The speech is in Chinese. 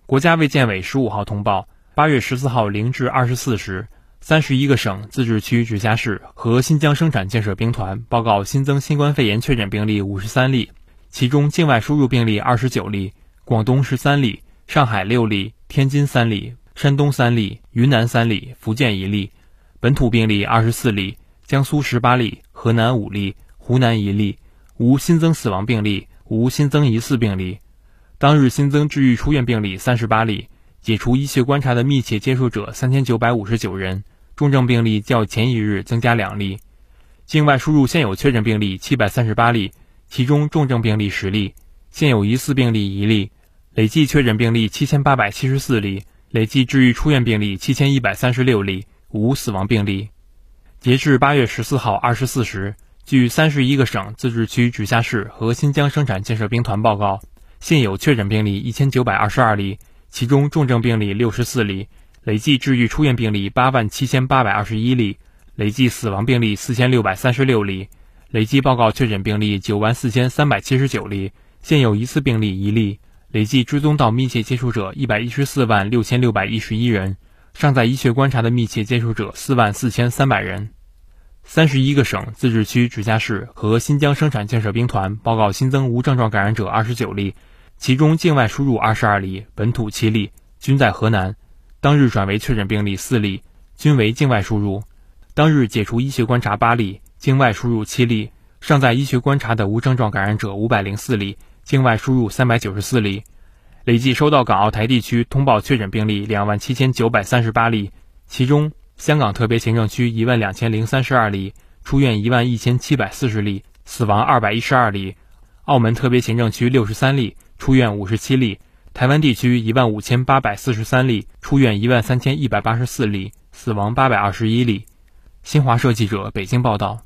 国家卫健委15号通报，8月14号0至24时，31个省、自治区、直辖市和新疆生产建设兵团报告新增新冠肺炎确诊病例53例，其中境外输入病例29例，广东13例，上海6例，天津3例，山东3例，云南3例，福建1例，本土病例24例，江苏18例，河南5例，湖南1例，无新增死亡病例，无新增疑似病例。当日新增治愈出院病例38例，解除医学观察的密切接触者3959人，重症病例较前一日增加2例。境外输入现有确诊病例738例，其中重症病例10例，现有疑似病例1例，累计确诊病例7874例，累计治愈出院病例7136例，无死亡病例。截至8月14号24时，据31个省、自治区、直辖市和新疆生产建设兵团报告，现有确诊病例1922例，其中重症病例64例，累计治愈出院病例87821例，累计死亡病例4636例，累计报告确诊病例94379例，现有疑似病例1例，累计追踪到密切接触者1146611人，尚在医学观察的密切接触者44300人。31个省、自治区、直辖市和新疆生产建设兵团报告新增无症状感染者29例，其中境外输入22例，本土7例，均在河南。当日转为确诊病例4例，均为境外输入。当日解除医学观察8例，境外输入7例，尚在医学观察的无症状感染者504例，境外输入394例。累计收到港澳台地区通报确诊病例27938例，其中香港特别行政区12032例，出院11740例，死亡212例；澳门特别行政区63例，出院57例；台湾地区15843例，出院13184例，死亡821例。新华社记者北京报道。